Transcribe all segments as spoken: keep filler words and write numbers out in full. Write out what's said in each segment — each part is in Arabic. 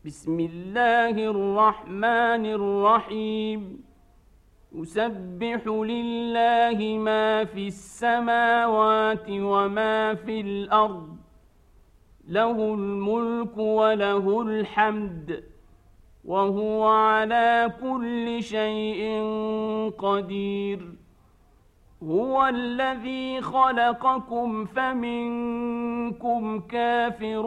بسم الله الرحمن الرحيم يسبح لله ما في السماوات وما في الأرض له الملك وله الحمد وهو على كل شيء قدير هو الذي خلقكم فمنكم كافر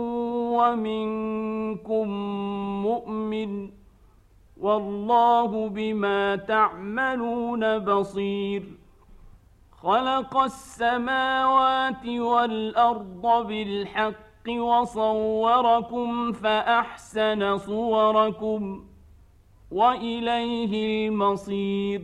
ومنكم مؤمن والله بما تعملون بصير خلق السماوات والأرض بالحق وصوركم فأحسن صوركم وإليه المصير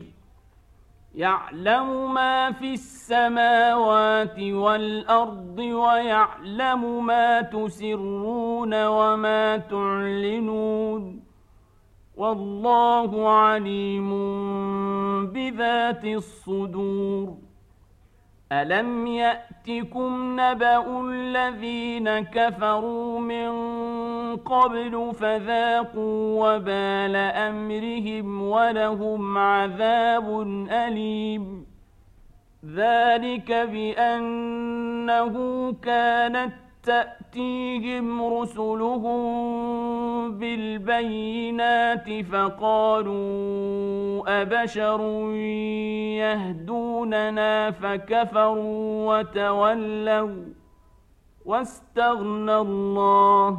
يعلم ما في السماوات والأرض ويعلم ما تسرون وما تعلنون والله عليم بذات الصدور ألم يأتكم نبأ الذين كفروا من قبل فذاقوا وبال أمرهم ولهم عذاب أليم ذلك بأنه كانت تأتيهم رسلهم بالبينات فقالوا أبشر يهدوننا فكفروا وتولوا واستغنى الله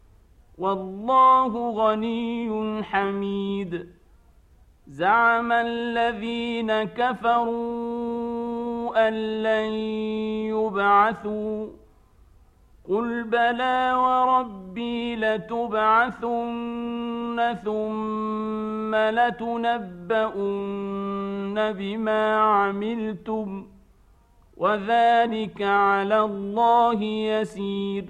والله غني حميد زعم الذين كفروا أن لن يبعثوا قل بلى وربي لتبعثن ثم لتنبؤن بما عملتم وذلك على الله يسير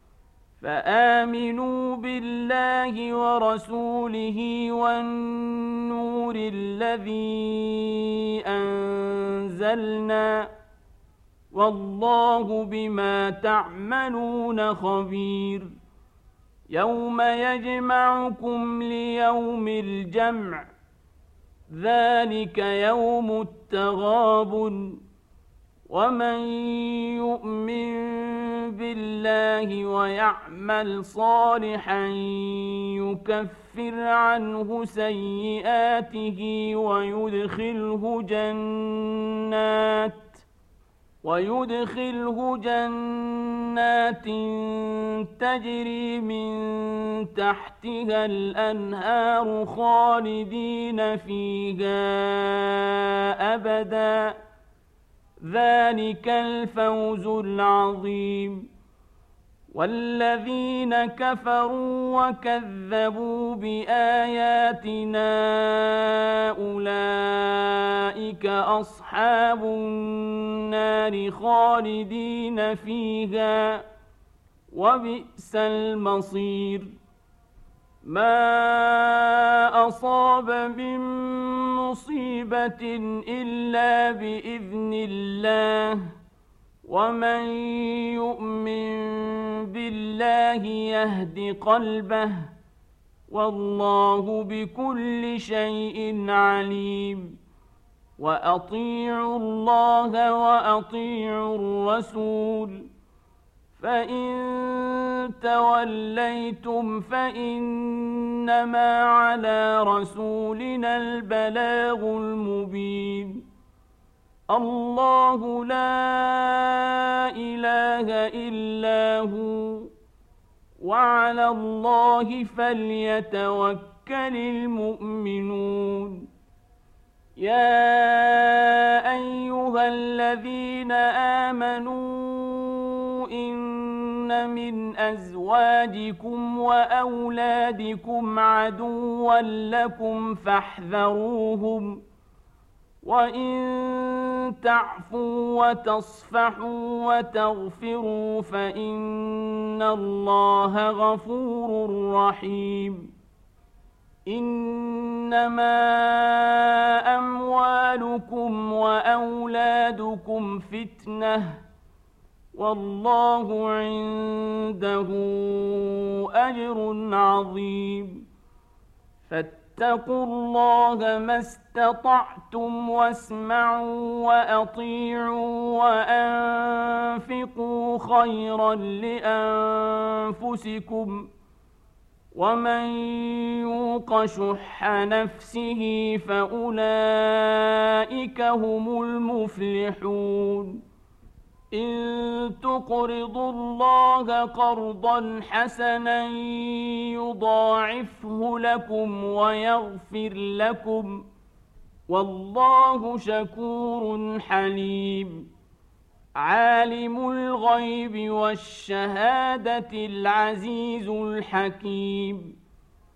فآمنوا بالله ورسوله والنور الذي أنزلنا والله بما تعملون خبير يوم يجمعكم ليوم الجمع ذلك يوم التغابن ومن يؤمن بالله ويعمل صالحا يكفر عنه سيئاته ويدخله جنات ويدخله جنات تجري من تحتها الأنهار خالدين فيها أبدا ذلك الفوز العظيم والذين كفروا وكذبوا بآياتنا أولئك أصحاب النار خالدين فيها وبئس المصير ما أصاب من مصيبة إلا بإذن الله ومن يؤمن بالله يهد قلبه والله بكل شيء عليم وأطيعوا الله وأطيعوا الرسول فإن توليتم فإنما على رسولنا البلاغ المبين الله لا إله إلا هو وعلى الله فليتوكل المؤمنون يا أيها الذين آمنوا إن من أزواجكم وأولادكم عدوا لكم فاحذروهم وإن تعفوا وتصفحوا وتغفروا فإن الله غفور رحيم إنما أموالكم وأولادكم فتنة والله عنده أجر عظيم فاتقوا الله ما استطعتم واسمعوا وأطيعوا وأنفقوا خيرا لأنفسكم ومن يوق شح نفسه فأولئك هم المفلحون إن تقرضوا الله قرضا حسنا يضاعفه لكم ويغفر لكم والله شكور حليم عالم الغيب والشهادة العزيز الحكيم